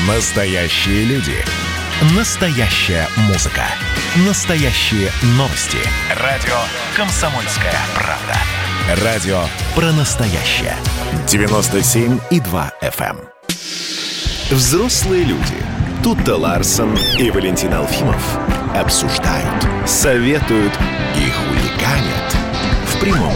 Настоящие люди. Настоящая музыка. Настоящие новости. Радио «Комсомольская правда». Радио про настоящее. 97,2 FM. Взрослые люди. Тутта Ларсон и Валентин Алфимов обсуждают, советуют и хулиганят в прямом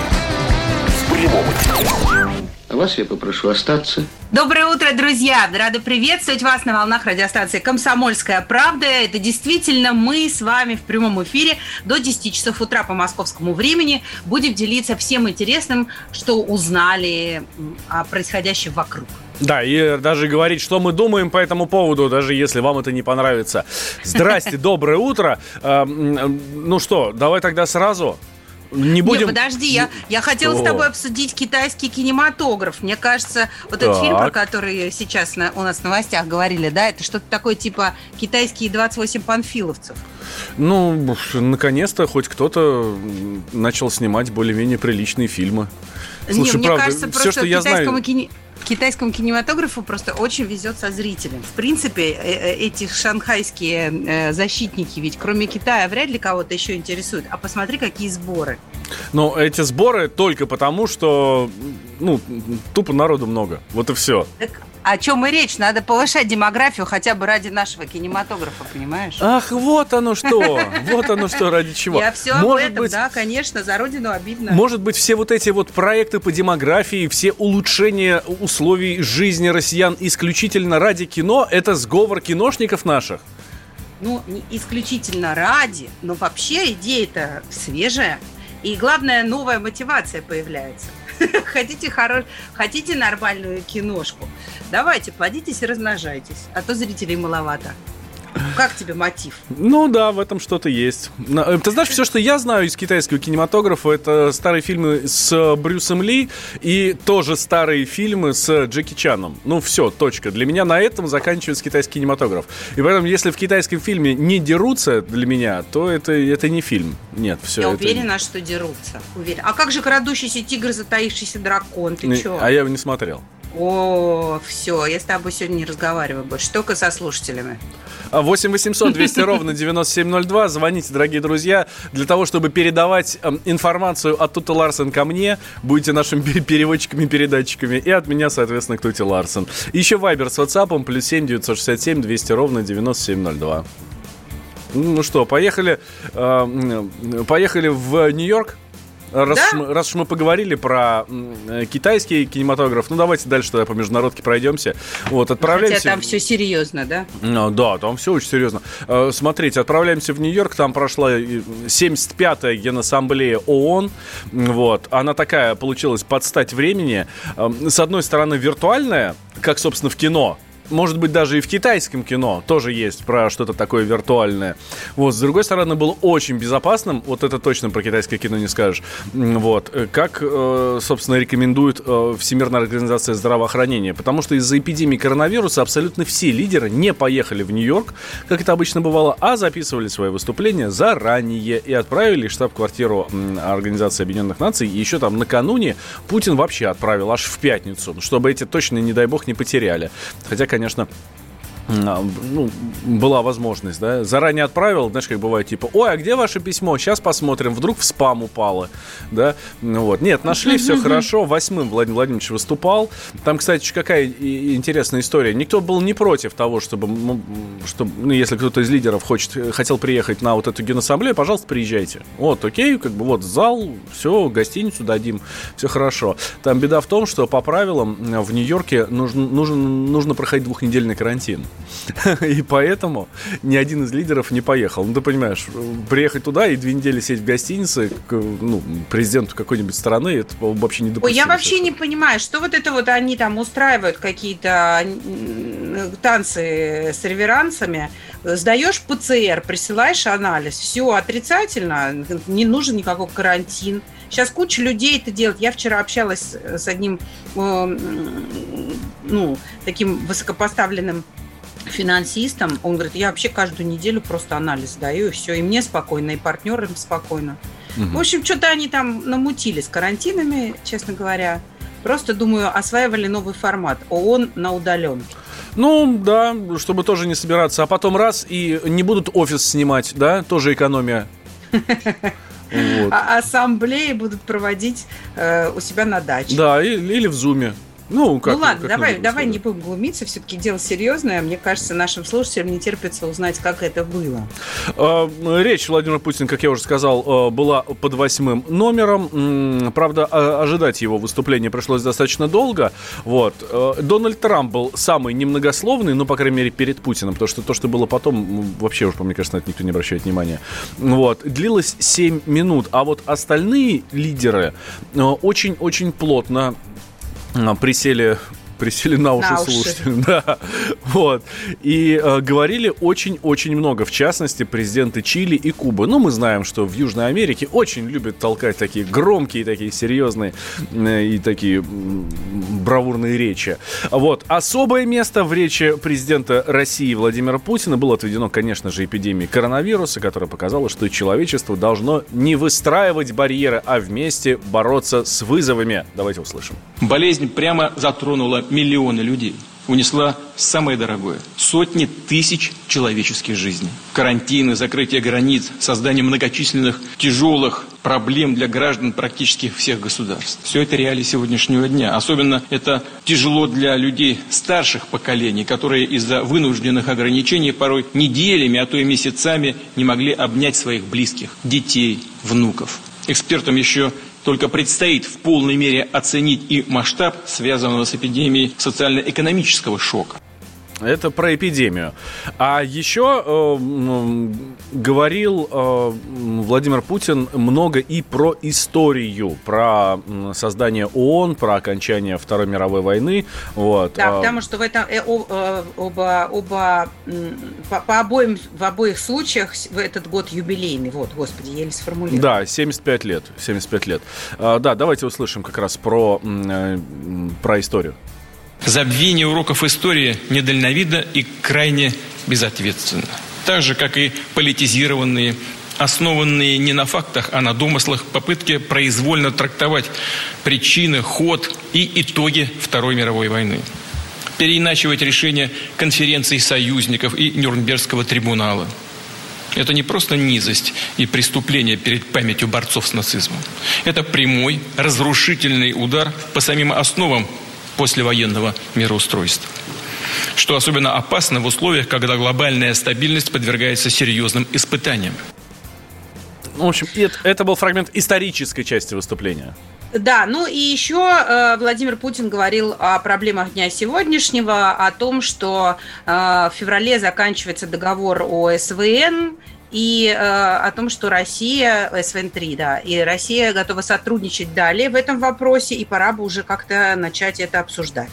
эфире. А вас я попрошу остаться. Доброе утро, друзья! Рада приветствовать вас на волнах радиостанции «Комсомольская правда». Это действительно мы с вами в прямом эфире до 10 часов утра по московскому времени будем делиться всем интересным, что узнали о происходящем вокруг. Да, и даже говорить, что мы думаем по этому поводу, даже если вам это не понравится. Здрасте, доброе утро. Ну что, давай тогда сразу... Не будем... Нет, подожди, я хотела с тобой обсудить китайский кинематограф. Мне кажется, вот этот фильм, про который сейчас у нас в новостях говорили, да, это что-то такое типа «Китайские 28 панфиловцев». Ну, наконец-то хоть кто-то начал снимать более-менее приличные фильмы. Слушай, мне правда, кажется, все, что я знаю... Китайскому кинематографу просто очень везет со зрителем. В принципе, эти шанхайские защитники, ведь кроме Китая вряд ли кого-то еще интересуют. А посмотри, какие сборы. Но эти сборы только потому, что тупо народу много. Вот и все. Так о чем и речь? Надо повышать демографию хотя бы ради нашего кинематографа, понимаешь? Ах, вот оно что! Вот оно что, ради чего. Я все об этом, да, конечно, за родину обидно. Может быть, все вот эти вот проекты по демографии, все улучшения условий жизни россиян исключительно ради кино, это сговор киношников наших? Ну, не исключительно ради, но вообще идея-то свежая. И главное, новая мотивация появляется. Хотите нормальную киношку? Давайте, плодитесь и размножайтесь, а то зрителей маловато. Как тебе мотив? Ну да, в этом что-то есть. Ты знаешь, все, что я знаю из китайского кинематографа, это старые фильмы с Брюсом Ли и тоже старые фильмы с Джеки Чаном. Ну все, точка. Для меня на этом заканчивается китайский кинематограф. И поэтому, если в китайском фильме не дерутся для меня, то это не фильм. Нет, все. Я уверена, что дерутся. Уверена. А как же крадущийся тигр, затаившийся дракон? Ты чё? А я его не смотрел. О, все, я с тобой сегодня не разговариваю больше, только со слушателями. 8 800 200 ровно 9702. Звоните, дорогие друзья, для того, чтобы передавать информацию от Тутта Ларсон ко мне. Будете нашими переводчиками-передатчиками. И от меня, соответственно, к Тутте Ларсон. Еще Вайбер с WhatsApp +7 967 200 ровно 9702. Ну что, поехали в Нью-Йорк. Раз уж мы поговорили про китайский кинематограф, давайте дальше тогда по международке пройдемся. Вот, отправляемся... Хотя там все серьезно, да? Да, там все очень серьезно. Смотрите, отправляемся в Нью-Йорк, там прошла 75-я Генассамблея ООН. Вот. Она такая получилась под стать времени. С одной стороны, виртуальная, как, собственно, в кино. Может быть, даже и в китайском кино тоже есть про что-то такое виртуальное. Вот, с другой стороны, было очень безопасным. Вот это точно про китайское кино не скажешь. Вот, как, собственно, рекомендует Всемирная организация здравоохранения. Потому что из-за эпидемии коронавируса абсолютно все лидеры не поехали в Нью-Йорк, как это обычно бывало, а записывали свои выступления заранее и отправили в штаб-квартиру Организации Объединенных Наций. И еще там накануне Путин вообще отправил аж в пятницу, чтобы эти точно, не дай бог, не потеряли. Хотя, конечно, была возможность, да, заранее отправил, знаешь, как бывает, типа, ой, а где ваше письмо? Сейчас посмотрим, вдруг в спам упало, да, вот, нет, нашли, все хорошо, 8-м Владимир Владимирович выступал, там, кстати, какая интересная история, никто был не против того, чтобы если кто-то из лидеров хотел приехать на вот эту Генассамблею, пожалуйста, приезжайте, вот, окей, как бы, вот, зал, все, гостиницу дадим, все хорошо, там беда в том, что по правилам в Нью-Йорке нужно проходить 2-недельный карантин. И поэтому ни один из лидеров не поехал. Ну, ты понимаешь, приехать туда и 2 недели сидеть в гостинице президенту какой-нибудь страны, это вообще недопустимо. Ой, я вообще не понимаю, что вот это вот они там устраивают какие-то танцы с реверансами, сдаешь ПЦР, присылаешь анализ, все отрицательно, не нужен никакой карантин. Сейчас куча людей это делает. Я вчера общалась с одним таким высокопоставленным финансистом, он говорит, я вообще каждую неделю просто анализ даю, и все, и мне спокойно, и партнерам спокойно. В общем, что-то они там намутили с карантинами, честно говоря. Просто, думаю, осваивали новый формат. ООН на удаленке. Ну, да, чтобы тоже не собираться. А потом раз, и не будут офис снимать, да? Тоже экономия. Вот. Ассамблеи будут проводить у себя на даче. Да, или в Зуме. Ну ладно, давай не будем глумиться, все-таки дело серьезное. Мне кажется, нашим слушателям не терпится узнать, как это было. Речь Владимира Путина, как я уже сказал, была под 8 номером. Правда, ожидать его выступления пришлось достаточно долго. Вот. Дональд Трамп был самый немногословный, ну, по крайней мере, перед Путиным, потому что то, что было потом, вообще уже, мне кажется, на это никто не обращает внимания. Вот. Длилось 7 минут, а вот остальные лидеры очень-очень плотно присели на уши слушателей. Да. Вот. И говорили очень-очень много. В частности, президенты Чили и Кубы. Ну, мы знаем, что в Южной Америке очень любят толкать такие громкие, такие серьезные и такие бравурные речи. Вот. Особое место в речи президента России Владимира Путина было отведено, конечно же, эпидемии коронавируса, которая показала, что человечество должно не выстраивать барьеры, а вместе бороться с вызовами. Давайте услышим. Болезнь прямо затронула миллионы людей, унесла самое дорогое – сотни тысяч человеческих жизней. Карантины, закрытие границ, создание многочисленных тяжелых проблем для граждан практически всех государств. Все это реалии сегодняшнего дня. Особенно это тяжело для людей старших поколений, которые из-за вынужденных ограничений порой неделями, а то и месяцами не могли обнять своих близких, детей, внуков. Экспертам еще только предстоит в полной мере оценить и масштаб, связанного с эпидемией социально-экономического шока. Это про эпидемию. А еще говорил Владимир Путин много и про историю, про создание ООН, про окончание Второй мировой войны. Вот. Да, потому что в этом в обоих случаях в этот год юбилейный. Вот, господи, еле сформулировал. Да, 75 лет. 75 лет. Да, давайте услышим как раз про историю. Забвение уроков истории недальновидно и крайне безответственно. Так же, как и политизированные, основанные не на фактах, а на домыслах попытки произвольно трактовать причины, ход и итоги Второй мировой войны. Переиначивать решения конференций союзников и Нюрнбергского трибунала. Это не просто низость и преступление перед памятью борцов с нацизмом. Это прямой, разрушительный удар по самим основам послевоенного мироустройства. Что особенно опасно в условиях, когда глобальная стабильность подвергается серьезным испытаниям. В общем, это был фрагмент исторической части выступления. Да, ну и еще Владимир Путин говорил о проблемах дня сегодняшнего, о том, что в феврале заканчивается договор о СВН, и о том, что Россия, СВН-3, да, и Россия готова сотрудничать далее в этом вопросе, и пора бы уже как-то начать это обсуждать.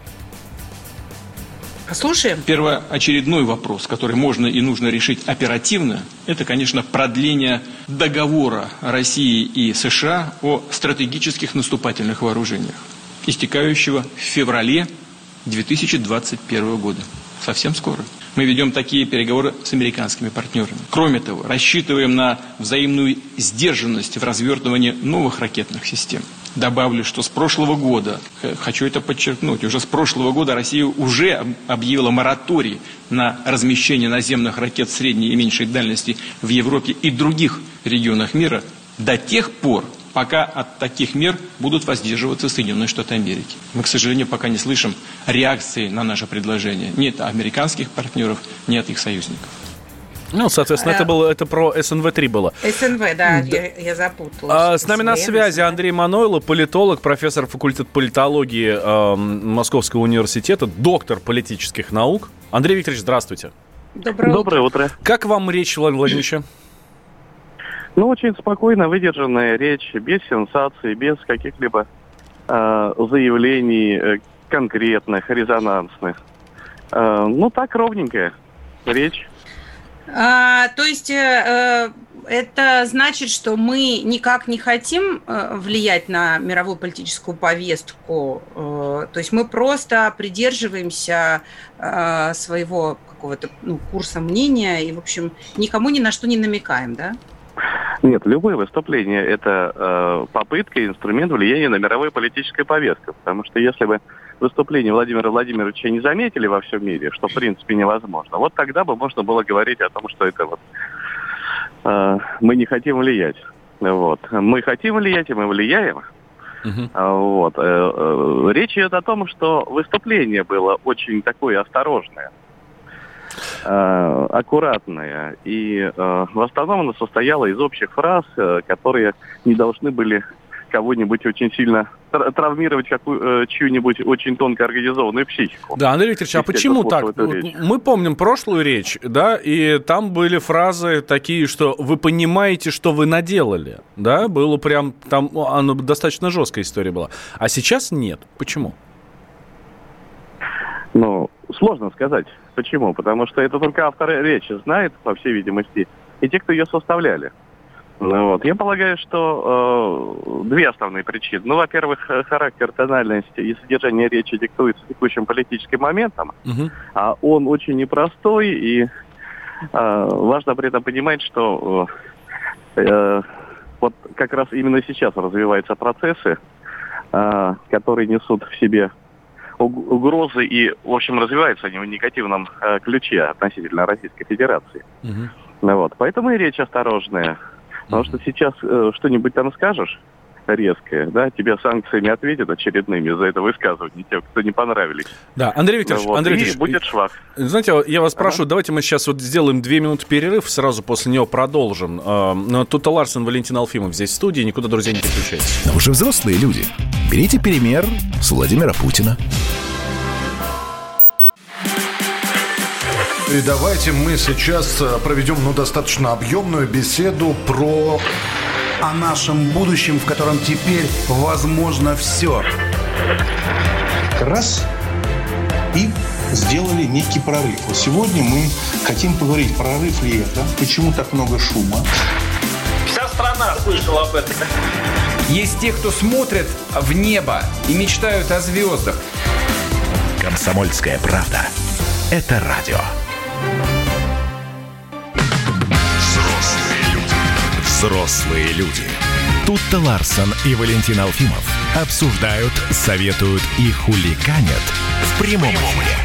Послушаем. Первоочередной вопрос, который можно и нужно решить оперативно, это, конечно, продление договора России и США о стратегических наступательных вооружениях, истекающего в феврале 2021 года. Совсем скоро. Мы ведем такие переговоры с американскими партнерами. Кроме того, рассчитываем на взаимную сдержанность в развертывании новых ракетных систем. Добавлю, что с прошлого года, хочу это подчеркнуть, уже с прошлого года Россия уже объявила мораторий на размещение наземных ракет средней и меньшей дальности в Европе и других регионах мира до тех пор, пока от таких мер будут воздерживаться Соединенные Штаты Америки. Мы, к сожалению, пока не слышим реакции на наше предложение ни от американских партнеров, ни от их союзников. Ну, соответственно, это про СНВ-3 было. СНВ, да. Я запуталась. С нами на связи Андрей Манойло, политолог, профессор факультета политологии Московского университета, доктор политических наук. Андрей Викторович, здравствуйте. Доброе утро. Как вам речь Владимира Владимировича? Ну, очень спокойно выдержанная речь, без сенсаций, без каких-либо заявлений конкретных, резонансных. Ну, так ровненькая речь. То есть это значит, что мы никак не хотим влиять на мировую политическую повестку. То есть мы просто придерживаемся своего какого-то курса мнения и, в общем, никому ни на что не намекаем, да? Нет, любое выступление – это попытка, инструмент влияния на мировую политическую повестку. Потому что если бы выступление Владимира Владимировича не заметили во всем мире, что в принципе невозможно, вот тогда бы можно было говорить о том, что это вот мы не хотим влиять. Вот. Мы хотим влиять, и мы влияем. Вот. Речь идет о том, что выступление было очень такое осторожное, аккуратное, и в основном оно состояло из общих фраз, которые не должны были кого-нибудь очень сильно травмировать чью-нибудь очень тонко организованную психику. Да, Андрей Викторович, а почему так? Мы помним прошлую речь, да, и там были фразы такие, что вы понимаете, что вы наделали, да, было прям, там, оно достаточно жесткая история была. А сейчас нет. Почему? Ну, сложно сказать, почему, потому что это только автор речи знает, по всей видимости, и те, кто ее составляли. Вот. Я полагаю, что две основные причины. Ну, во-первых, характер, тональность и содержание речи диктуется текущим политическим моментом, а он очень непростой, и важно при этом понимать, что вот как раз именно сейчас развиваются процессы, которые несут в себе угрозы и, в общем, развиваются они в негативном ключе относительно Российской Федерации. Вот. Поэтому и речь осторожная. Потому что сейчас что-нибудь там скажешь резкое, да, тебя санкциями ответят очередными за это высказывание, те, кто не понравились. Да, Андрей Викторович, вот. Андрей Викторович, будет швах. Знаете, я вас прошу, давайте мы сейчас вот сделаем 2 минуты перерыв, сразу после него продолжим. Тут Ларсен, Валентин Алфимов здесь в студии, никуда, друзья, не переключайтесь. Но уже взрослые люди. Берите пример с Владимира Путина. И давайте мы сейчас проведем достаточно объемную беседу про... О нашем будущем, в котором теперь возможно все. Раз и сделали некий прорыв. Вот сегодня мы хотим поговорить, прорыв ли это, почему так много шума. Вся страна слышала об этом. Есть те, кто смотрят в небо и мечтают о звездах. «Комсомольская правда» — это радио. Взрослые люди. Тут-то Ларсон и Валентин Алфимов обсуждают, советуют и хулиганят в прямом эфире.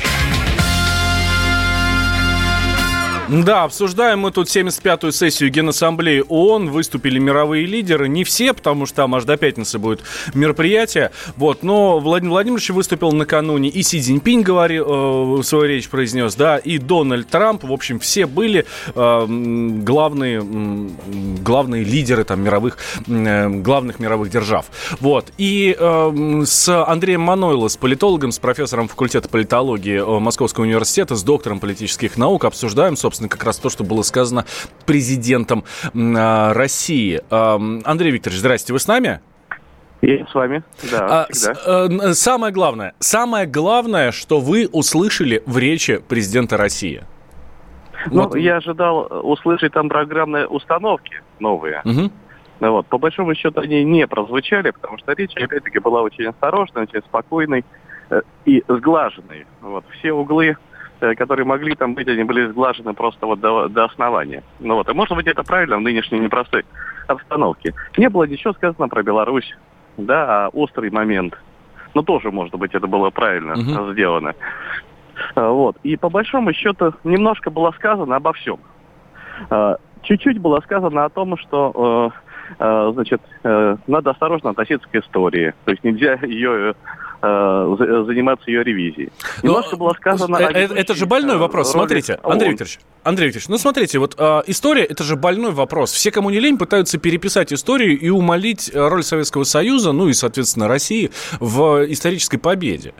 Да, обсуждаем мы тут 75-ю сессию Генассамблеи ООН. Выступили мировые лидеры. Не все, потому что там аж до пятницы будет мероприятие. Вот, но Владимир Владимирович выступил накануне. И Си Цзиньпинь свою речь произнес, да, и Дональд Трамп. В общем, все были главные лидеры там, главных мировых держав. Вот. И с Андреем Манойло, с политологом, с профессором факультета политологии Московского университета, с доктором политических наук обсуждаем, собственно, как раз то, что было сказано президентом России. Андрей Викторович, здрасте, вы с нами? Я с вами, да. Самое главное, что вы услышали в речи президента России. Ну, вот. Я ожидал услышать там программные установки новые. Вот. По большому счету они не прозвучали, потому что речь, опять-таки, была очень осторожной, очень спокойной и сглаженной. Вот. Все углы, которые могли там быть, они были сглажены просто вот до основания. Ну вот, и может быть это правильно в нынешней непростой обстановке. Не было ничего сказано про Беларусь, да, а острый момент. Но тоже, может быть, это было правильно сделано. Вот. И по большому счету немножко было сказано обо всем. Чуть-чуть было сказано о том, что надо осторожно относиться к истории. То есть нельзя ее заниматься ее ревизией. Немножко было сказано... Это же больной вопрос. Смотрите, Андрей Викторович, ну смотрите, вот история — это же больной вопрос. Все, кому не лень, пытаются переписать историю и умалить роль Советского Союза, ну и, соответственно, России в исторической победе.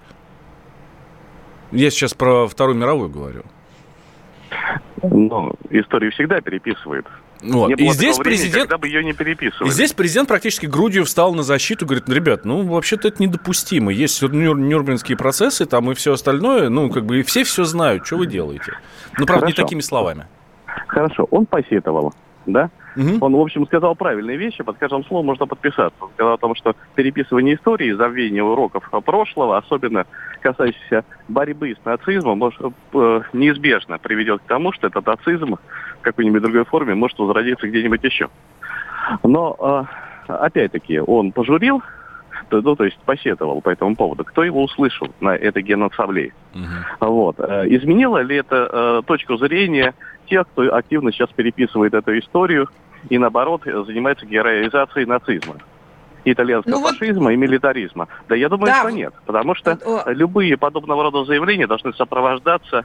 Я сейчас про Вторую мировую говорю. Ну, историю всегда переписывают. Вот. Не было и здесь времени, президент, когда бы ее не переписывали. И здесь президент практически грудью встал на защиту, говорит, ребят, ну, вообще-то это недопустимо. Есть нюрнбергские процессы там и все остальное, ну, как бы и все знают, что вы делаете. Ну, правда, не такими словами. Хорошо, он посетовал, да? Он, в общем, сказал правильные вещи, под каждым словом можно подписаться. Он сказал о том, что переписывание истории, забвение уроков прошлого, особенно касающихся борьбы с нацизмом, неизбежно приведет к тому, что этот нацизм в какой-нибудь другой форме может возродиться где-нибудь еще. Но, опять-таки, он пожурил то есть посетовал по этому поводу. Кто его услышал на этой Генассамблее? Вот. Изменило ли это точку зрения тех, кто активно сейчас переписывает эту историю и, наоборот, занимается героизацией нацизма, итальянского фашизма и милитаризма? Да, я думаю, что нет. Потому что любые подобного рода заявления должны сопровождаться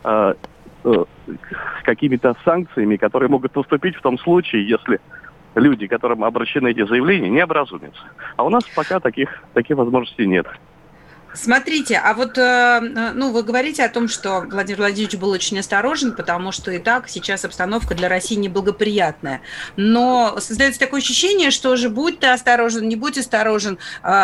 какими-то санкциями, которые могут наступить в том случае, если люди, которым обращены эти заявления, не образумятся. А у нас пока таких возможностей нет. Смотрите, а вот, вы говорите о том, что Владимир Владимирович был очень осторожен, потому что и так сейчас обстановка для России неблагоприятная. Но создается такое ощущение, что уже будь ты осторожен, не будь осторожен,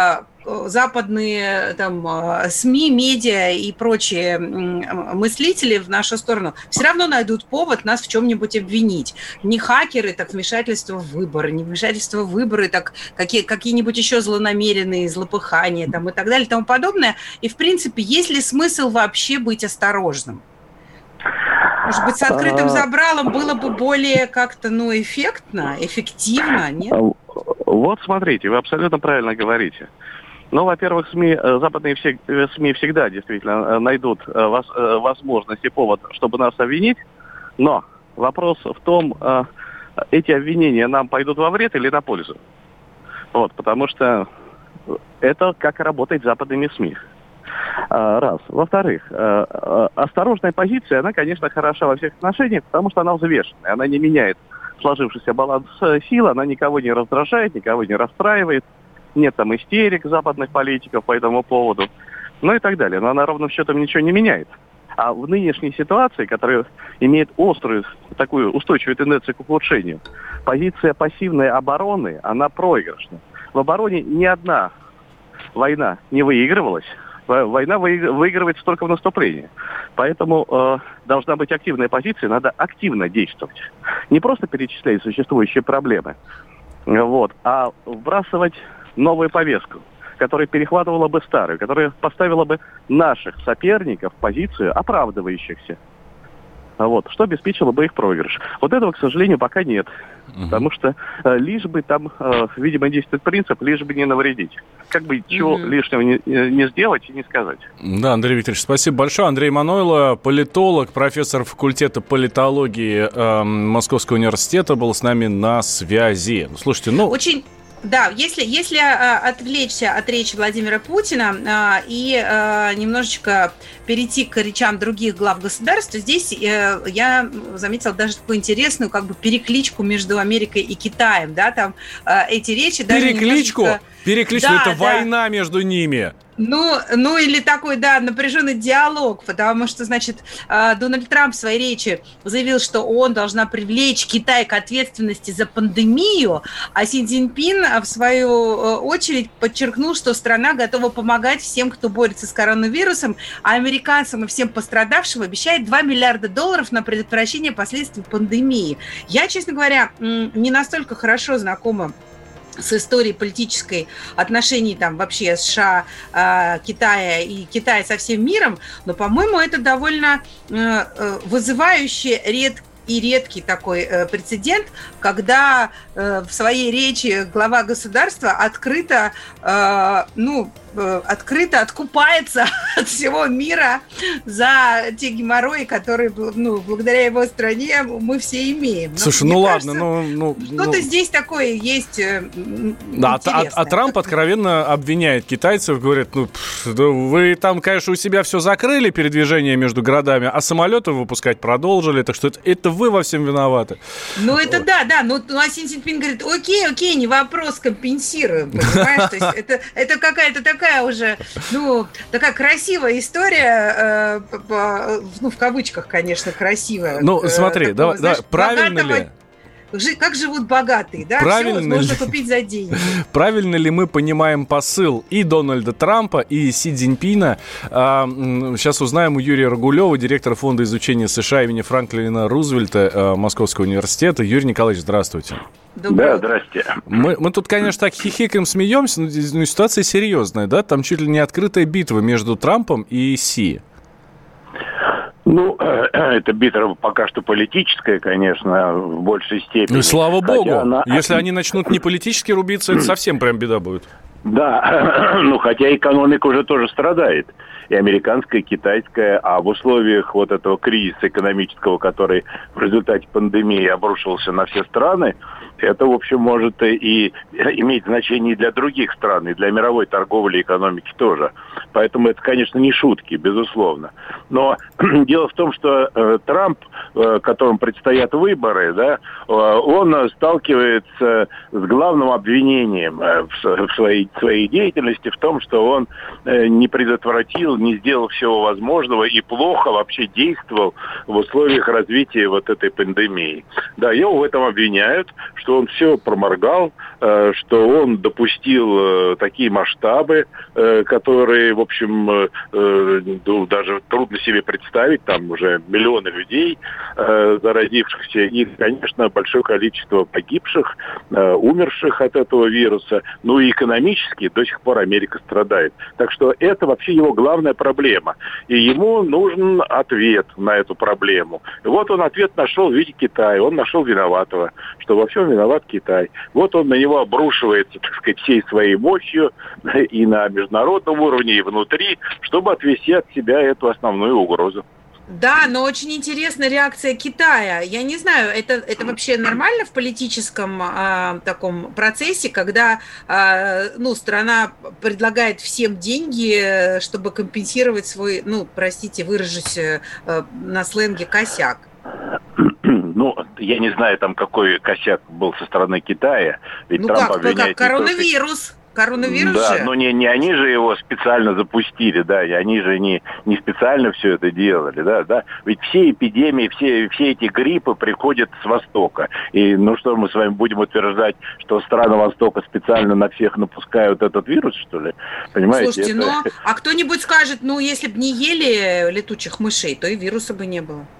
западные там СМИ, медиа и прочие мыслители в нашу сторону все равно найдут повод нас в чем-нибудь обвинить. Не хакеры, так вмешательство в выборы, не вмешательство в выборы, так какие-нибудь еще злонамеренные злопыхания там, и так далее и тому подобное. И, в принципе, есть ли смысл вообще быть осторожным? Может быть, с открытым забралом было бы более как-то, эффектно, эффективно, нет? Вот смотрите, вы абсолютно правильно говорите. Во-первых, западные СМИ всегда действительно найдут возможность и повод, чтобы нас обвинить, но вопрос в том, эти обвинения нам пойдут во вред или на пользу. Потому что это как работать с западными СМИ. Раз. Во-вторых, осторожная позиция, она, конечно, хороша во всех отношениях, потому что она взвешенная, она не меняет сложившийся баланс сил, она никого не раздражает, никого не расстраивает. Нет там истерик западных политиков по этому поводу, и так далее. Но она ровным счетом ничего не меняет. А в нынешней ситуации, которая имеет острую, такую устойчивую тенденцию к ухудшению, позиция пассивной обороны, она проигрышна. В обороне ни одна война не выигрывалась. Война выигрывается только в наступлении. Поэтому должна быть активная позиция, надо активно действовать. Не просто перечислять существующие проблемы, а вбрасывать новую повестку, которая перехватывала бы старую, которая поставила бы наших соперников в позицию оправдывающихся. Что обеспечило бы их проигрыш. Этого, к сожалению, пока нет. Потому что лишь бы там, видимо, действует принцип, лишь бы не навредить. Как бы чего лишнего не сделать и не сказать. Да, Андрей Викторович, спасибо большое. Андрей Манойло, политолог, профессор факультета политологии Московского университета, был с нами на связи. Слушайте, Да, если отвлечься от речи Владимира Путина и немножечко перейти к речам других глав государств, то здесь я заметила даже такую интересную перекличку между Америкой и Китаем. Да, там эти речи... Перекличку? Перекличку, да, это война между ними. Или такой, напряженный диалог, потому что, Дональд Трамп в своей речи заявил, что ООН должна привлечь Китай к ответственности за пандемию, а Си Цзиньпин, в свою очередь, подчеркнул, что страна готова помогать всем, кто борется с коронавирусом, а американцам и всем пострадавшим обещает $2 миллиарда на предотвращение последствий пандемии. Я, честно говоря, не настолько хорошо знакома с историей политической отношений вообще США, Китая и Китая со всем миром, но, по-моему, это довольно вызывающий редкий такой прецедент, когда в своей речи глава государства открыто откупается от всего мира за те геморрои, которые, благодаря его стране мы все имеем. Слушай, ладно, что-то здесь такое есть интересное. А Трамп откровенно обвиняет китайцев, говорит, вы там, конечно, у себя все закрыли, передвижение между городами, а самолеты выпускать продолжили, так что это вы во всем виноваты. Это да, а Си Цзиньпин говорит, окей, не вопрос, компенсируем, понимаешь? То есть это какая-то такая уже, такая красивая история, в кавычках, конечно, красивая. Смотри, правильно ли? Как живут богатые, да? Все можно купить за деньги. Правильно ли мы понимаем посыл и Дональда Трампа, и Си Цзиньпина? Сейчас узнаем у Юрия Рагулева, директора Фонда изучения США имени Франклина Рузвельта Московского университета. Юрий Николаевич, здравствуйте. Да, здрасте. Мы тут, конечно, так хихикаем, смеемся, но ситуация серьезная, да? Там чуть ли не открытая битва между Трампом и Си. Это битва пока что политическая, конечно, в большей степени. Слава богу. Если они начнут не политически рубиться, это совсем прям беда будет. Да, хотя экономика уже тоже страдает. И американская, и китайская. А в условиях вот этого кризиса экономического, который в результате пандемии обрушился на все страны, это, в общем, может и иметь значение и для других стран, и для мировой торговли и экономики тоже. Поэтому это, конечно, не шутки, безусловно. Но дело в том, что Трамп, которому предстоят выборы, да, он сталкивается с главным обвинением в своей деятельности в том, что он не предотвратил, не сделал всего возможного и плохо вообще действовал в условиях развития вот этой пандемии. Да, его в этом обвиняют, что он все проморгал, что он допустил такие масштабы, которые, в общем, даже трудно себе представить, там уже миллионы людей заразившихся и, конечно, большое количество погибших, умерших от этого вируса. Ну и экономически до сих пор Америка страдает. Так что это вообще его главная проблема. И ему нужен ответ на эту проблему. И вот он ответ нашел в виде Китая. Он нашел виноватого, что во всем виноват Китай. Вот он на него обрушивается, так сказать, всей своей мощью и на международном уровне, и внутри, чтобы отвести от себя эту основную угрозу. Да, но очень интересная реакция Китая. Я не знаю, это вообще нормально в политическом таком процессе, когда страна предлагает всем деньги, чтобы компенсировать свой, выражусь на сленге, косяк? Я не знаю, там какой косяк был со стороны Китая. Ведь Трамп обвиняет коронавирус. Коронавирус да, же? но не они же его специально запустили, да, и они же не специально все это делали, да. Ведь все эпидемии, все эти гриппы приходят с Востока. И что мы с вами будем утверждать, что страны Востока специально на всех напускают этот вирус, что ли? Понимаете? Слушайте, а кто-нибудь скажет, если бы не ели летучих мышей, то и вируса бы не было.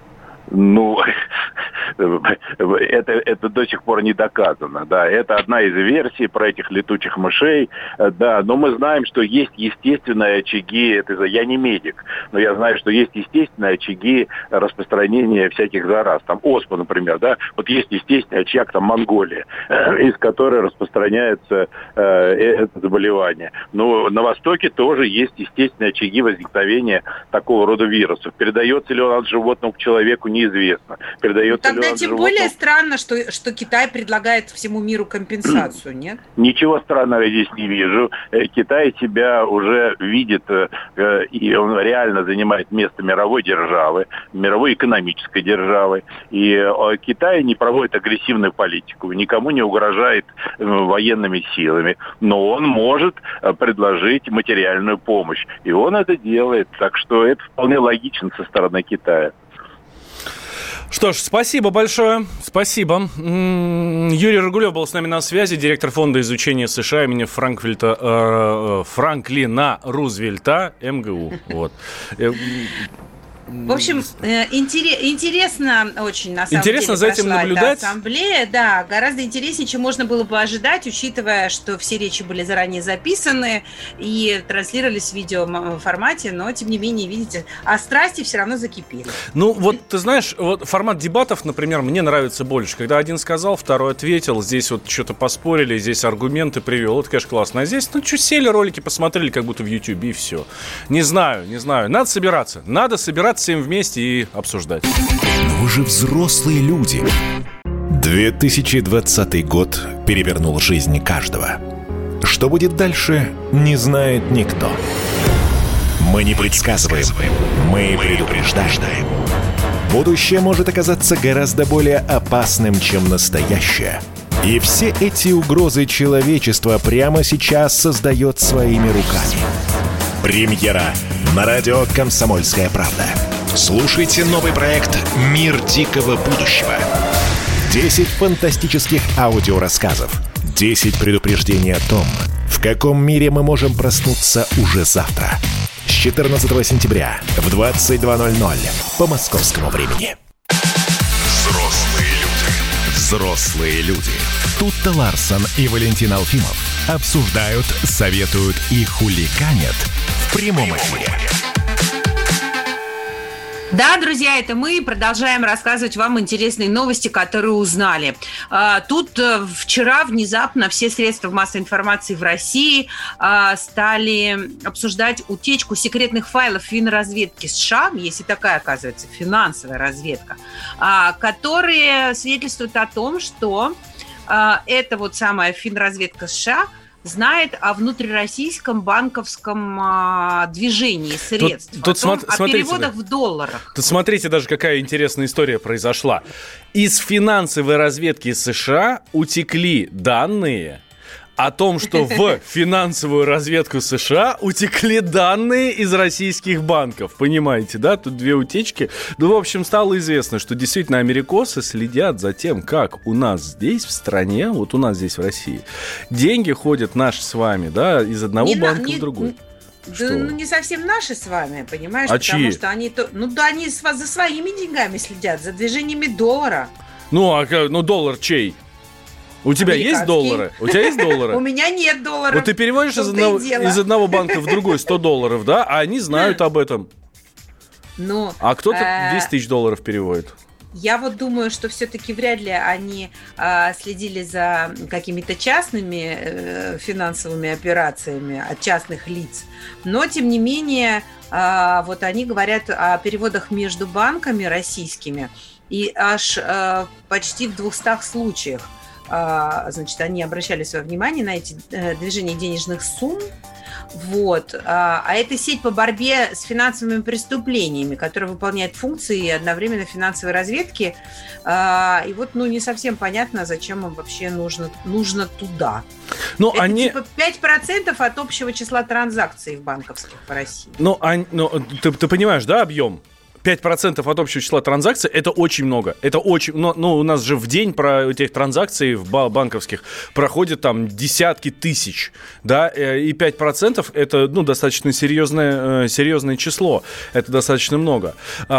Это до сих пор не доказано, да. Это одна из версий про этих летучих мышей, да. Но мы знаем, что есть естественные очаги. Я не медик, но я знаю, что есть естественные очаги распространения всяких зараз. Там оспа, например, да. Вот есть естественный очаг, там Монголия, из которой распространяется это заболевание. Но на Востоке тоже есть естественные очаги возникновения такого рода вирусов. Передается ли он от животного к человеку, неизвестно. Передается Тогда тем более странно, что Китай предлагает всему миру компенсацию, нет? Ничего странного я здесь не вижу. Китай себя уже видит, и он реально занимает место мировой державы, мировой экономической державы. И Китай не проводит агрессивную политику, никому не угрожает военными силами. Но он может предложить материальную помощь. И он это делает. Так что это вполне логично со стороны Китая. Что ж, спасибо большое. Спасибо. Юрий Рагулев был с нами на связи, директор фонда изучения США имени Франклина Рузвельта, МГУ. Вот. В общем, интересно очень, на самом деле, за этим наблюдать. Ассамблея, да, гораздо интереснее, чем можно было бы ожидать, учитывая, что все речи были заранее записаны и транслировались в видеоформате, но, тем не менее, видите, страсти все равно закипели. Ты знаешь, формат дебатов, например, мне нравится больше, когда один сказал, второй ответил, здесь что-то поспорили, здесь аргументы привел, это, конечно, классно. А здесь, сели, ролики посмотрели, как будто в YouTube, и все. Не знаю. Надо собираться всем вместе и обсуждать. Но вы же взрослые люди. 2020 год перевернул жизнь каждого. Что будет дальше, не знает никто. Мы не предсказываем, мы предупреждаем. Будущее может оказаться гораздо более опасным, чем настоящее. И все эти угрозы человечество прямо сейчас создает своими руками. Премьера на радио «Комсомольская правда». Слушайте новый проект «Мир дикого будущего». 10 фантастических аудиорассказов. 10 предупреждений о том, в каком мире мы можем проснуться уже завтра. С 14 сентября в 22:00 по московскому времени. Взрослые люди. Тутта Ларсон и Валентин Алфимов обсуждают, советуют и хуликанят в прямом эфире. Да, друзья, это мы продолжаем рассказывать вам интересные новости, которые узнали. Тут вчера внезапно все средства массовой информации в России стали обсуждать утечку секретных файлов финразведки США, если такая, оказывается, финансовая разведка, которые свидетельствуют о том, что эта вот самая финразведка США знает о внутрироссийском банковском движении средств, о переводах в долларах. Тут смотрите, даже какая интересная история произошла. Из финансовой разведки США утекли данные о том, что в финансовую разведку США утекли данные из российских банков. Понимаете, да? Тут две утечки. Ну, в общем, стало известно, что действительно америкосы следят за тем, как у нас здесь, в стране, вот у нас здесь, в России, деньги ходят наши с вами, да, из одного банка в другой. Да, не совсем наши с вами, понимаешь? Потому чьи? Что они, они за своими деньгами следят, за движениями доллара. Ну, доллар чей? У тебя есть доллары? У тебя есть доллары? У меня нет долларов. Вот ты переводишь из одного банка в другой $100, да? А они знают об этом. А кто-то 200 тысяч долларов переводит. Я вот думаю, что все-таки вряд ли они следили за какими-то частными финансовыми операциями от частных лиц. Но, тем не менее, вот они говорят о переводах между банками российскими. И аж почти в 200 случаях. Значит, они обращали свое внимание на эти движения денежных сумм. Вот. А это сеть по борьбе с финансовыми преступлениями, которая выполняет функции одновременно финансовой разведки. И вот, не совсем понятно, зачем им вообще нужно туда. Это типа 5% от общего числа транзакций в банковских по России. Ты понимаешь, да, объем? 5% от общего числа транзакций – это очень много. Это очень... у нас же в день про этих транзакций в банковских проходит там десятки тысяч, да, и 5% – это, достаточно серьезное число. Это достаточно много.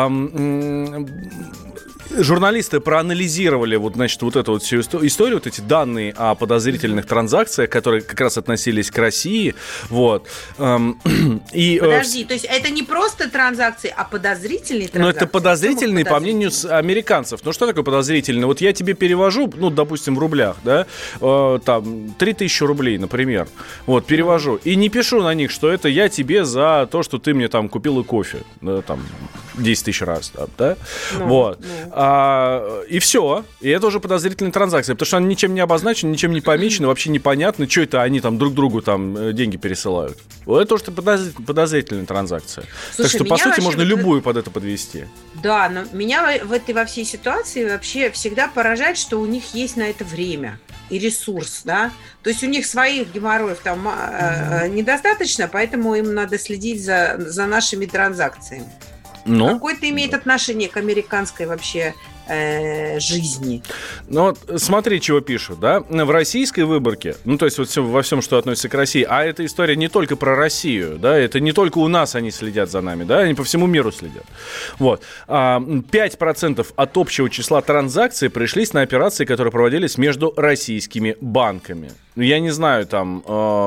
Журналисты проанализировали вот эту вот всю историю, вот эти данные о подозрительных транзакциях, которые как раз относились к России. Вот. Подожди, то есть это не просто транзакции, а подозрительные транзакции? Ну, это подозрительные, по мнению американцев. Ну, что такое подозрительные? Вот я тебе перевожу, допустим, в рублях, да, там, 3000 рублей, например, вот, перевожу, и не пишу на них, что это я тебе за то, что ты мне там купила кофе, да, там, 10 тысяч раз, да, вот. И все. И это уже подозрительная транзакция, потому что она ничем не обозначена, ничем не помечена, вообще непонятно, что это они там друг другу там деньги пересылают. Вот это уже подозрительная транзакция. Слушай, так что, по сути, можно любую под это подвести. Да, но меня во всей ситуации вообще всегда поражает, что у них есть на это время и ресурс, да. То есть у них своих геморроев там недостаточно, поэтому им надо следить за нашими транзакциями. Какое-то имеет отношение к американской вообще жизни. Ну, смотри, чего пишут, да? В российской выборке, то есть вот во всем, что относится к России, а эта история не только про Россию, да, это не только у нас они следят за нами, да, они по всему миру следят. Вот. 5% от общего числа транзакций пришлись на операции, которые проводились между российскими банками. Я не знаю, там,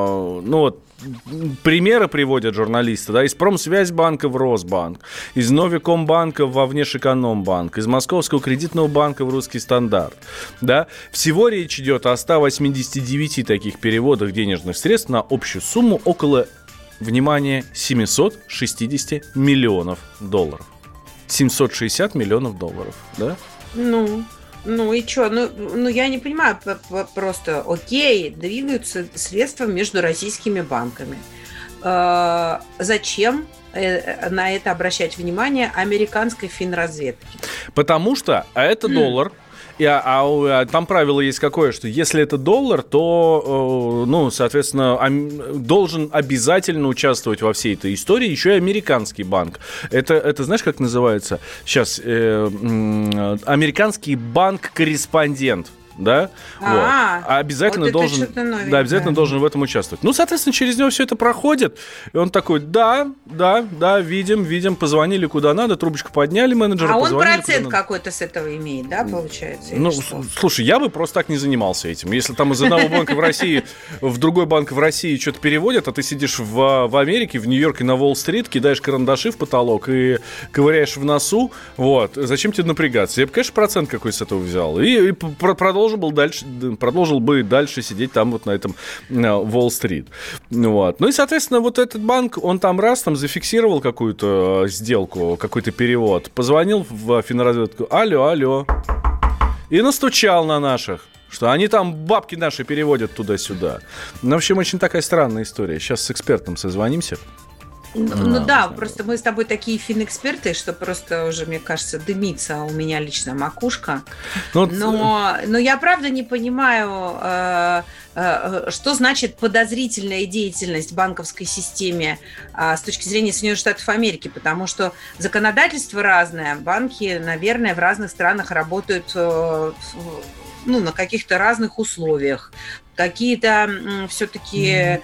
примеры приводят журналисты, да, из Промсвязьбанка в Росбанк, из Новикомбанка во Внешэкономбанк, из Московского кредитного банка в Русский стандарт, да. Всего речь идет о 189 таких переводах денежных средств на общую сумму около, внимание, 760 миллионов долларов. 760 миллионов долларов, да? И что? Я не понимаю, просто окей, двигаются средства между российскими банками. Зачем на это обращать внимание американской финразведки? Потому что это доллар. Там правило есть какое, что если это доллар, то, соответственно, должен обязательно участвовать во всей этой истории еще и американский банк. Это знаешь, как называется? Сейчас, американский банк-корреспондент. да, обязательно должен в этом участвовать. Ну, соответственно, через него все это проходит, и он такой, да, видим, позвонили куда надо, трубочку подняли менеджеру, позвонили. А он процент какой-то с этого имеет, да, получается? Ну, слушай, я бы просто так не занимался этим. Если там из одного банка в России в другой банк в России что-то переводят, а ты сидишь в Америке, в Нью-Йорке на Уолл-стрит, кидаешь карандаши в потолок и ковыряешь в носу, вот, зачем тебе напрягаться? Я бы, конечно, процент какой с этого взял. И продолжил бы дальше сидеть там вот на этом Уолл-стрит. Вот. Ну и, соответственно, вот этот банк, он там зафиксировал какую-то сделку, какой-то перевод, позвонил в финразведку, алло, и настучал на наших, что они там бабки наши переводят туда-сюда. Ну, в общем, очень такая странная история. Сейчас с экспертом созвонимся. Просто мы с тобой такие финэксперты, что просто уже, мне кажется, дымится у меня лично макушка. Но я правда не понимаю, что значит подозрительная деятельность в банковской системе с точки зрения Соединенных Штатов Америки, потому что законодательство разное, банки, наверное, в разных странах работают на каких-то разных условиях. Какие-то все-таки,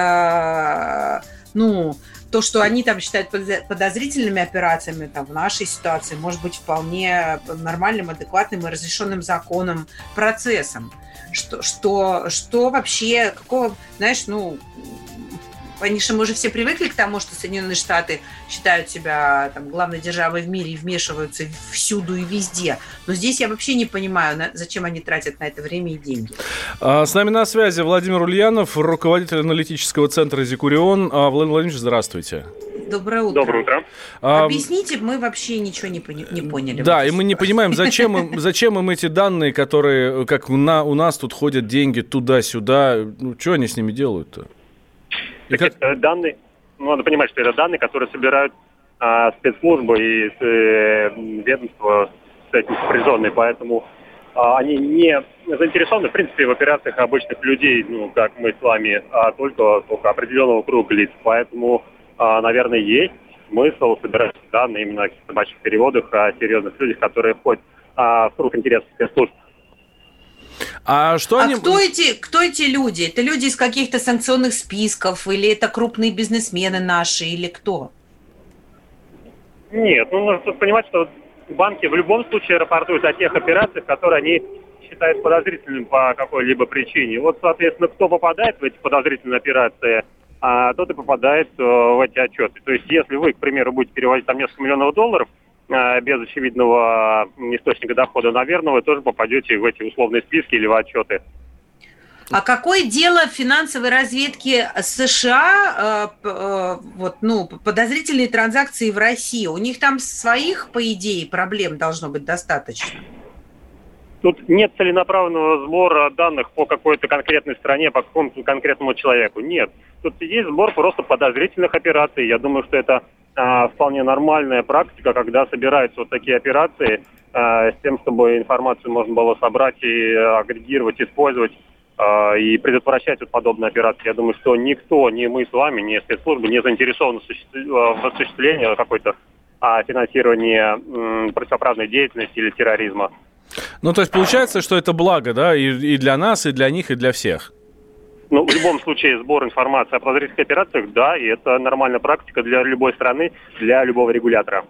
то, что они там считают подозрительными операциями, там, в нашей ситуации, может быть вполне нормальным, адекватным и разрешенным законом процессом. Что вообще, какого, знаешь, конечно, мы уже все привыкли к тому, что Соединенные Штаты считают себя там главной державой в мире и вмешиваются всюду и везде. Но здесь я вообще не понимаю, зачем они тратят на это время и деньги. С нами на связи Владимир Ульянов, руководитель аналитического центра «Зикурион». Владимир Владимирович, здравствуйте. Доброе утро. Доброе утро. Объясните, мы вообще ничего не поняли. Да, и мы не понимаем, зачем им эти данные, которые, как у нас тут ходят деньги туда-сюда, что они с ними делают-то? Это данные, надо понимать, что это данные, которые собирают спецслужбы и ведомства с этим сопряженные, поэтому они не заинтересованы, в принципе, в операциях обычных людей, как мы с вами, а только определенного круга лиц. Поэтому, наверное, есть смысл собирать данные именно о каких-то больших переводах, о серьезных людях, которые входят в круг интересов спецслужб. Кто эти люди? Это люди из каких-то санкционных списков, или это крупные бизнесмены наши, или кто? Нет, нужно понимать, что банки в любом случае рапортуют о тех операциях, которые они считают подозрительными по какой-либо причине. Вот, соответственно, кто попадает в эти подозрительные операции, тот и попадает в эти отчеты. То есть, если вы, к примеру, будете переводить там несколько миллионов долларов, без очевидного источника дохода, наверное, вы тоже попадете в эти условные списки или в отчеты. А какое дело финансовой разведки США, подозрительные транзакции в России? У них там своих, по идее, проблем должно быть достаточно. Тут нет целенаправленного сбора данных по какой-то конкретной стране, по какому-то конкретному человеку. Нет. Тут есть сбор просто подозрительных операций. Я думаю, что это вполне нормальная практика, когда собираются вот такие операции с тем, чтобы информацию можно было собрать и агрегировать, использовать и предотвращать вот подобные операции. Я думаю, что никто, ни мы с вами, ни спецслужбы не заинтересованы в осуществлении какой-то финансирования противоправной деятельности или терроризма. То есть получается, что это благо, да, и для нас, и для них, и для всех? В любом случае сбор информации о подозрительных операциях, да, и это нормальная практика для любой страны, для любого регулятора.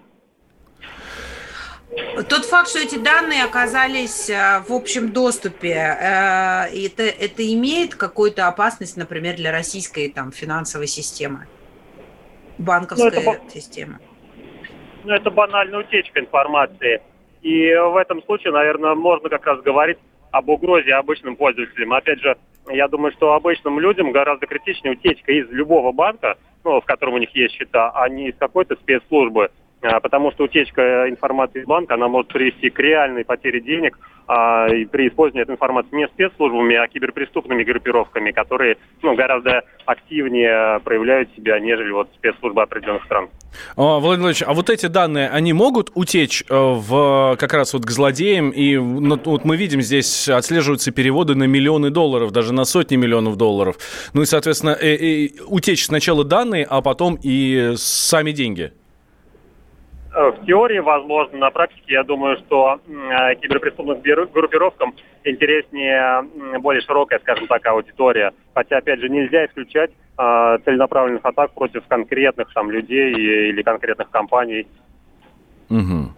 Тот факт, что эти данные оказались в общем доступе, это имеет какую-то опасность, например, для российской финансовой системы, банковской системы? Это банальная утечка информации. И в этом случае, наверное, можно как раз говорить об угрозе обычным пользователям. Опять же, я думаю, что обычным людям гораздо критичнее утечка из любого банка, в котором у них есть счета, а не из какой-то спецслужбы. Потому что утечка информации из банка, она может привести к реальной потере денег и при использовании этой информации не спецслужбами, а киберпреступными группировками, которые гораздо активнее проявляют себя, нежели спецслужбы определенных стран. Владимир Владимирович, а вот эти данные, они могут утечь как раз к злодеям? И мы видим, здесь отслеживаются переводы на миллионы долларов, даже на сотни миллионов долларов. И, соответственно, утечь сначала данные, а потом и сами деньги. в теории возможно, на практике я думаю, что киберпреступным группировкам интереснее более широкая, скажем так, аудитория. Хотя, опять же, нельзя исключать целенаправленных атак против конкретных там людей или конкретных компаний. Угу.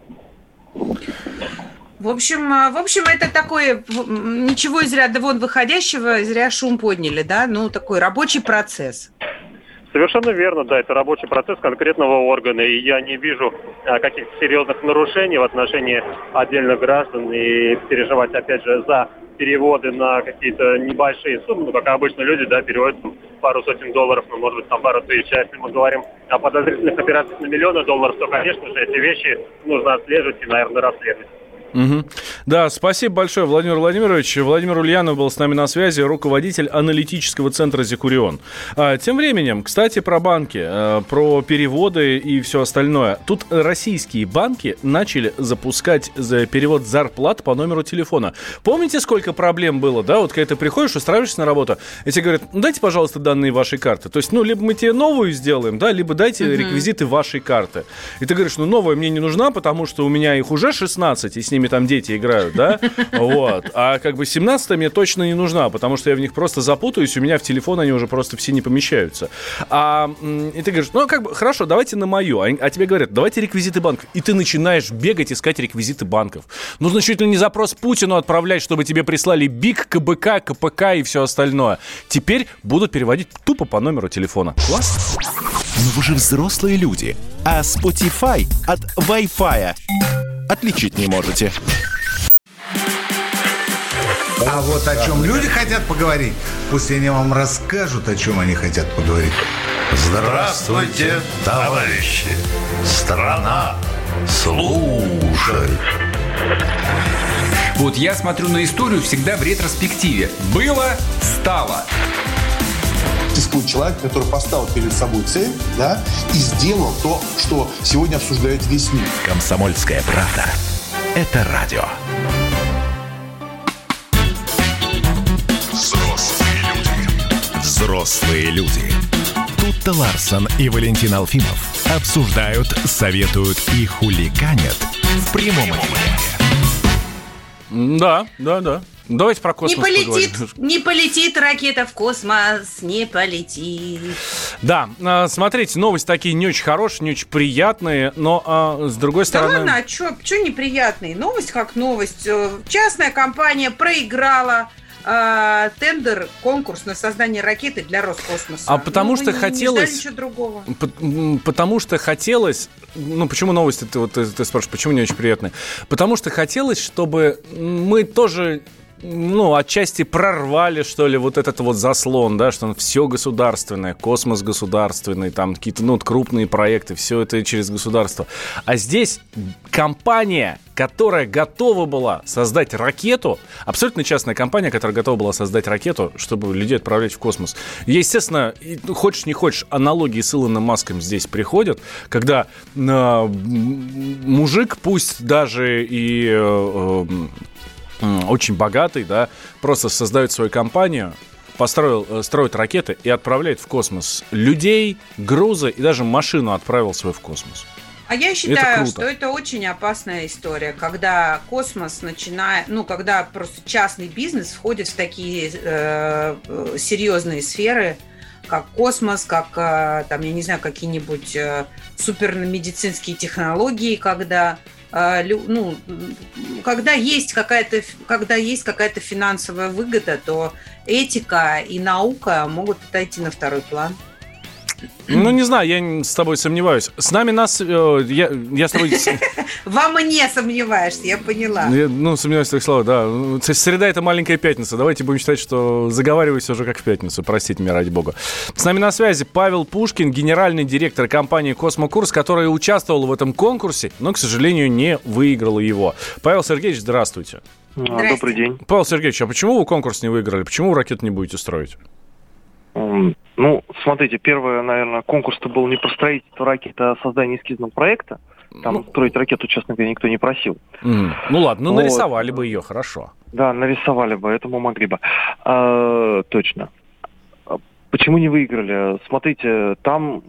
В общем, это такое, ничего из ряда вон выходящего, зря шум подняли, да? Ну, такой рабочий процесс. Совершенно верно, да, это рабочий процесс конкретного органа, и я не вижу каких-то серьезных нарушений в отношении отдельных граждан, и переживать, опять же, за переводы на какие-то небольшие суммы, ну, как обычно люди, да, переводят пару сотен долларов, ну, может быть, там пару тысяч, а если мы говорим о подозрительных операциях на миллионы долларов, то, конечно же, эти вещи нужно отслеживать и, наверное, расследовать. Угу. Да, спасибо большое, Владимир Владимирович. Владимир Ульянов был с нами на связи, руководитель аналитического центра «Зикурион». Тем временем, кстати, про банки, про переводы и все остальное. Тут российские банки начали запускать перевод зарплат по номеру телефона. Помните, сколько проблем было, да? Вот когда ты приходишь, устраиваешься на работу, и тебе говорят, дайте, пожалуйста, данные вашей карты. То есть, либо мы тебе новую сделаем, да, либо дайте реквизиты вашей карты. И ты говоришь, новая мне не нужна, потому что у меня их уже 16, и с ними там дети играют, да, вот, а 17-я мне точно не нужна, потому что я в них просто запутаюсь, у меня в телефон они уже просто все не помещаются. И ты говоришь, хорошо, давайте на мою, а тебе говорят, давайте реквизиты банков, и ты начинаешь бегать, искать реквизиты банков. Нужно чуть ли не запрос Путину отправлять, чтобы тебе прислали БИК, КБК, КПК и все остальное. Теперь будут переводить тупо по номеру телефона. Класс? Но вы же взрослые люди, а Spotify от Wi-Fi отличить не можете. А вот о чем люди хотят поговорить, пусть они вам расскажут, о чем они хотят поговорить. Здравствуйте, товарищи! Страна слушает. Вот я смотрю на историю всегда в ретроспективе. Было, стало. Существует человек, который поставил перед собой цель, да, и сделал то, что сегодня обсуждает весь мир. «Комсомольская правда» — это радио. Взрослые люди. Тутта Ларсон и Валентин Алфимов обсуждают, советуют и хулиганят в прямом эфире. Да. Давайте про космос поговорим. Не полетит ракета в космос, не полетит. Да, смотрите, новости такие не очень хорошие, не очень приятные, но с другой стороны... Да ладно, а что неприятные? Новость как новость. Частная компания проиграла тендер, конкурс на создание ракеты для Роскосмоса. А потому что хотелось... Не ждали ничего другого. Потому что хотелось... почему новости, ты спрашиваешь, почему не очень приятные? Потому что хотелось, чтобы мы тоже... отчасти прорвали, что ли, вот этот вот заслон, да, что все государственное, космос государственный, там какие-то, крупные проекты, все это через государство. А здесь компания, которая готова была создать ракету, абсолютно частная компания, которая готова была создать ракету, чтобы людей отправлять в космос. Естественно, хочешь не хочешь, аналогии с Илоном Маском здесь приходят, когда мужик, пусть даже и... очень богатый, да, просто создает свою компанию, строит ракеты и отправляет в космос людей, грузы и даже машину отправил свою в космос. А я считаю, что это очень опасная история, когда космос начинает, когда просто частный бизнес входит в такие серьезные сферы, как космос, как, я не знаю, какие-нибудь супермедицинские технологии, когда есть какая-то финансовая выгода, то этика и наука могут отойти на второй план. Не знаю, я с тобой сомневаюсь. С нами я с тобой... Во мне сомневаешься, я поняла. Сомневаюсь в твоих словах, да. Среда — это маленькая пятница. Давайте будем считать, что заговариваюсь уже как в пятницу. Простите меня, ради бога. С нами на связи Павел Пушкин, генеральный директор компании «Космокурс», которая участвовала в этом конкурсе, но, к сожалению, не выиграла его. Павел Сергеевич, здравствуйте. Добрый день. Павел Сергеевич, а почему вы конкурс не выиграли? Почему вы ракету не будете строить? Смотрите, первое, наверное, конкурс-то был не про строительство ракеты, а создание эскизного проекта. Там строить ракету, честно говоря, никто не просил. Ладно, нарисовали бы ее, хорошо. Да, нарисовали бы, этому могли бы. Точно. Почему не выиграли? Смотрите, там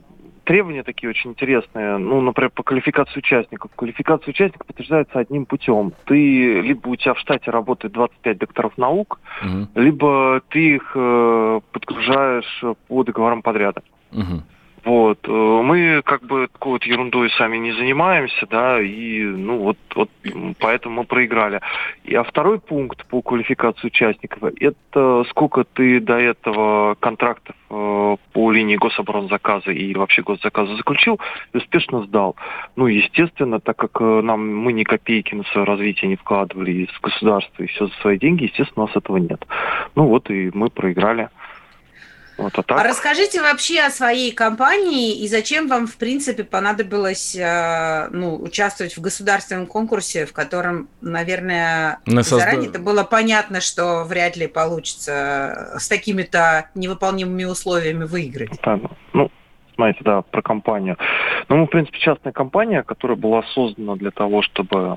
требования такие очень интересные. Ну, например, по квалификации участников. Квалификация участников подтверждается одним путем. Ты, либо у тебя в штате работает 25 докторов наук, либо ты их подгружаешь по договорам подряда. Вот. Мы как бы такой вот ерундой сами не занимаемся, да, и ну вот поэтому мы проиграли. А второй пункт по квалификации участников – это сколько ты до этого контрактов по линии гособоронзаказа и вообще госзаказа заключил и успешно сдал. Ну, естественно, так как мы ни копейки на свое развитие не вкладывали из государства и все за свои деньги, естественно, у нас этого нет. Ну вот и мы проиграли. Вот, а расскажите вообще о своей компании и зачем вам, в принципе, понадобилось участвовать в государственном конкурсе, в котором, наверное, заранее-то было понятно, что вряд ли получится с такими-то невыполнимыми условиями выиграть. Знаете, да, про компанию. Ну, мы, в принципе, частная компания, которая была создана для того, чтобы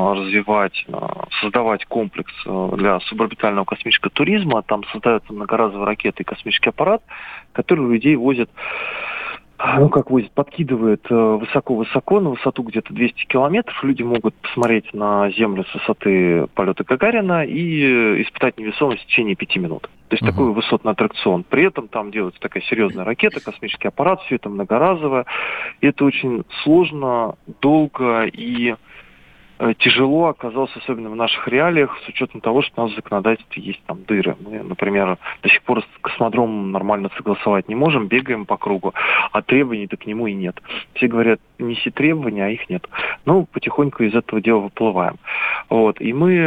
создавать комплекс для суборбитального космического туризма. Там создаются многоразовые ракеты и космический аппарат, который людей возит, подкидывает высоко-высоко, на высоту где-то 200 километров. Люди могут посмотреть на Землю с высоты полета Гагарина и испытать невесомость в течение 5 минут. То есть такой высотный аттракцион. При этом там делается такая серьезная ракета, космический аппарат, все это многоразовое. И это очень сложно, долго и тяжело оказалось, особенно в наших реалиях, с учетом того, что у нас в законодательстве есть там дыры. Мы, например, до сих пор с космодромом нормально согласовать не можем, бегаем по кругу, а требований-то к нему и нет. Все говорят, неси требования, а их нет. Ну, потихоньку из этого дела выплываем. Вот. И мы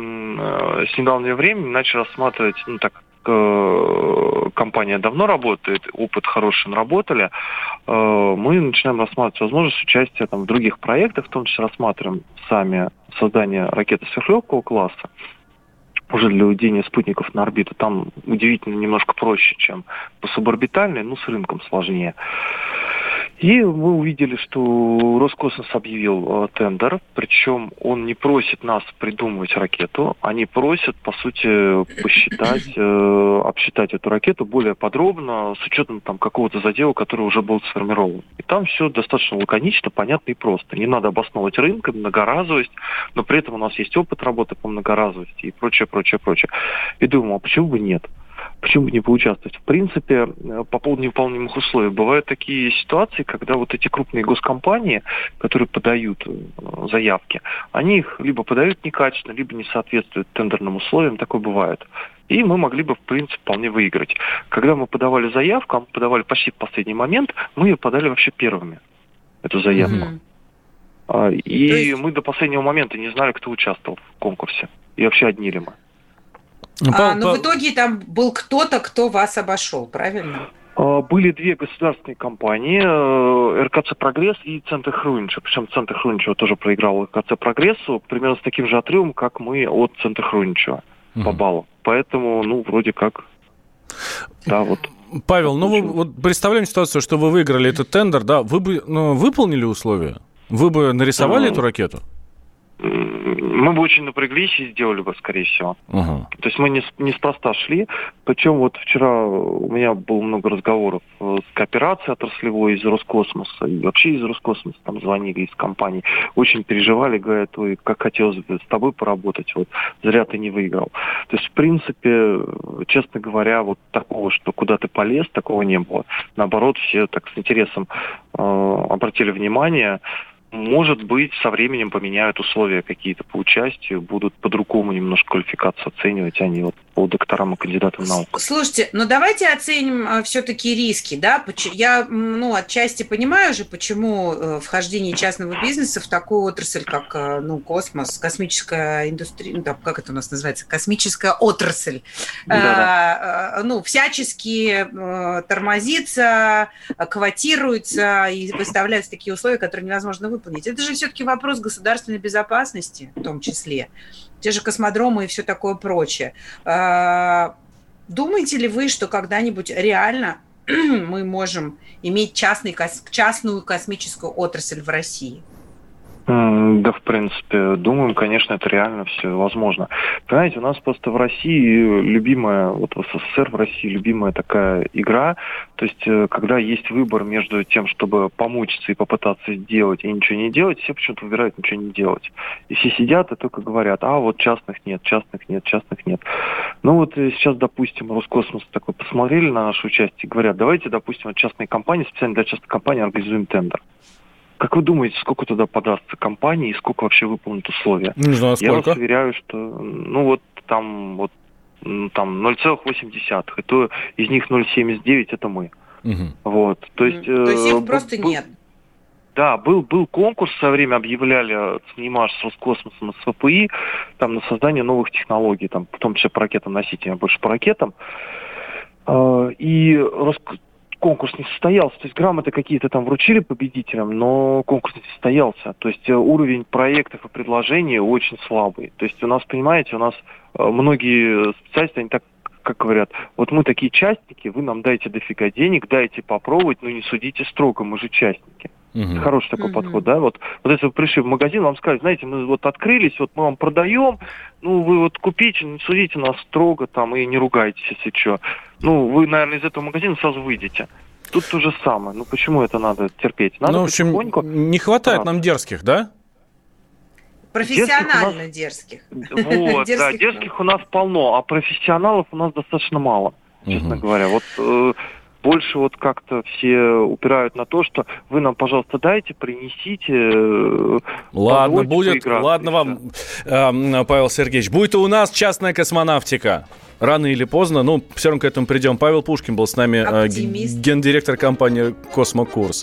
с недавнего времени начали рассматривать, компания давно работает, опыт хороший наработали, мы начинаем рассматривать возможность участия в других проектах, в том числе рассматриваем сами создание ракеты сверхлегкого класса, уже для выведения спутников на орбиту. Там удивительно немножко проще, чем по суборбитальной, но с рынком сложнее. И мы увидели, что Роскосмос объявил тендер, причем он не просит нас придумывать ракету, они просят, по сути, обсчитать эту ракету более подробно, с учетом какого-то задела, который уже был сформирован. И там все достаточно лаконично, понятно и просто. Не надо обосновывать рынок, многоразовость, но при этом у нас есть опыт работы по многоразовости и прочее. И думаю, а почему бы нет? Почему бы не поучаствовать? В принципе, по поводу невыполнимых условий, бывают такие ситуации, когда вот эти крупные госкомпании, которые подают заявки, они их либо подают некачественно, либо не соответствуют тендерным условиям, такое бывает. И мы могли бы, в принципе, вполне выиграть. Когда мы подавали заявку, мы подавали почти в последний момент, мы ее подали вообще первыми, эту заявку. И мы до последнего момента не знали, кто участвовал в конкурсе. И вообще одни ли мы. Но в итоге там был кто-то, кто вас обошел, правильно? Были две государственные компании, РКЦ «Прогресс» и Центр Хруничева. Причем Центр Хруничева тоже проиграл РКЦ «Прогрессу» примерно с таким же отрывом, как мы от Центра Хруничева по баллу. Поэтому, вроде как, да, вот. Павел, вы представляем ситуацию, что вы выиграли этот тендер, да, вы бы выполнили условия? Вы бы нарисовали эту ракету? Мы бы очень напряглись и сделали бы, скорее всего. То есть мы неспроста шли. Причем вот вчера у меня было много разговоров с кооперацией отраслевой из Роскосмоса. И вообще из Роскосмоса там звонили из компаний. Очень переживали, говорят, ой, как хотелось бы с тобой поработать. Вот зря ты не выиграл. То есть, в принципе, честно говоря, вот такого, что куда ты полез, такого не было. Наоборот, все так с интересом обратили внимание. Может быть, со временем поменяют условия какие-то по участию, будут по-другому немножко квалификацию оценивать, они вот по докторам и кандидатам наук. Слушайте, давайте оценим все-таки риски, да? Я, отчасти понимаю же, почему вхождение частного бизнеса в такую отрасль, как, космос, космическая индустрия, как это у нас называется, космическая отрасль, всячески тормозится, квотируется и выставляются такие условия, которые невозможно выполнить. Это же все-таки вопрос государственной безопасности, в том числе. Те же космодромы и все такое прочее. Думаете ли вы, что когда-нибудь реально мы можем иметь частную космическую отрасль в России? Да, в принципе, думаем, конечно, это реально все возможно. Понимаете, у нас просто в России любимая, вот в СССР в России любимая такая игра, то есть, когда есть выбор между тем, чтобы помучиться и попытаться сделать, и ничего не делать, все почему-то выбирают ничего не делать. И все сидят и только говорят, вот частных нет. Ну вот сейчас, допустим, Роскосмос такой посмотрели на наше участие и говорят, давайте, допустим, частные компании, специально для частной компании организуем тендер. Как вы думаете, сколько туда подастся компаний и сколько вообще выполнят условия? Не знаю, сколько. Я вас уверяю, что там 0,8, и то из них 0,79 это мы. Угу. Вот. То есть их просто нет. Да, был конкурс, в свое время объявляли СНИМАШ с Роскосмосом и с ВПИ там, на создание новых технологий, там, в том числе по ракетоносителям, больше по ракетам. И конкурс не состоялся, то есть грамоты какие-то там вручили победителям, но конкурс не состоялся. То есть уровень проектов и предложений очень слабый. То есть у нас, понимаете, многие специалисты, они так, как говорят, вот мы такие частники, вы нам дайте дофига денег, дайте попробовать, но не судите строго, мы же частники. Угу. Хороший такой подход, да? Вот если вы пришли в магазин, вам сказали, знаете, мы вот открылись, вот мы вам продаем, вы вот купите, не судите нас строго там и не ругайтесь, если что. Вы, наверное, из этого магазина сразу выйдете. Тут то же самое. Почему это надо терпеть? Надо в общем, потихоньку... не хватает нам дерзких, да? Профессионально дерзких. Вот, да, дерзких у нас полно, а профессионалов у нас достаточно мало, честно говоря. Больше как-то все упирают на то, что вы нам, пожалуйста, дайте, принесите. Ладно, будет. Ладно вам, Павел Сергеевич. Будет и у нас частная космонавтика. Рано или поздно, все равно к этому придем. Павел Пушкин был с нами, гендиректор компании «Космокурс».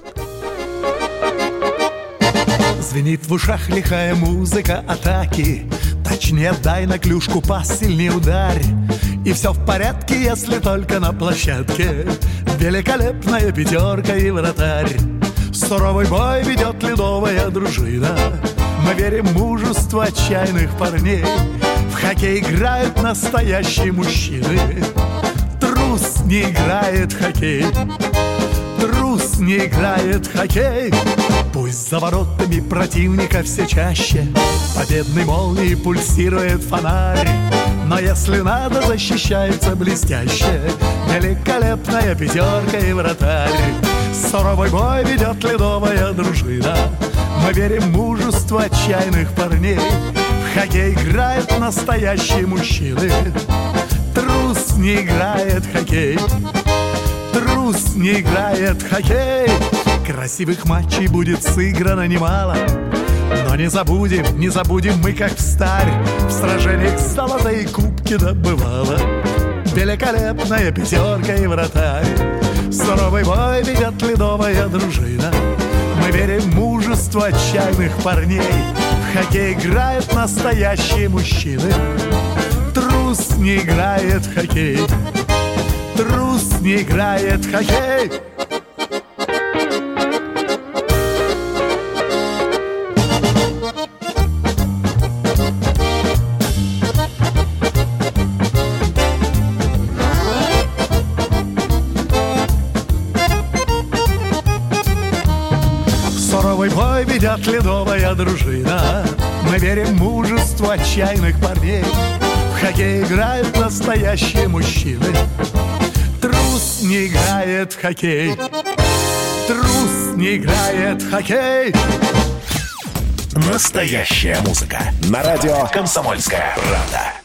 Звенит в ушах лихая музыка атаки. Точнее, дай на клюшку пас, сильнее ударь. И все в порядке, если только на площадке великолепная пятерка и вратарь. Суровый бой ведет ледовая дружина. Мы верим в мужество отчаянных парней. В хоккей играют настоящие мужчины. Трус не играет в хоккей. Трус не играет в хоккей. Пусть за воротами противника все чаще победной молнией пульсирует фонарь. Но если надо, защищается блестяще великолепная пятерка и вратарь. Суровый бой ведет ледовая дружина. Мы верим в мужество отчаянных парней. В хоккей играют настоящие мужчины. Трус не играет в хоккей. Трус не играет в хоккей. Красивых матчей будет сыграно немало, но не забудем мы, как в старь, в сражениях золотые кубки добывала великолепная пятерка и вратарь. Суровый бой ведет ледовая дружина. Мы верим в мужество отчаянных парней. В хоккей играют настоящие мужчины. Трус не играет в хоккей. Трус не играет в хоккей. Суровый бой ведет ледовая дружина. Мы верим в мужество отчаянных парней. В хоккей играют настоящие мужчины. Трус не играет в хоккей. Трус не играет в хоккей. Настоящая музыка. На радио «Комсомольская правда».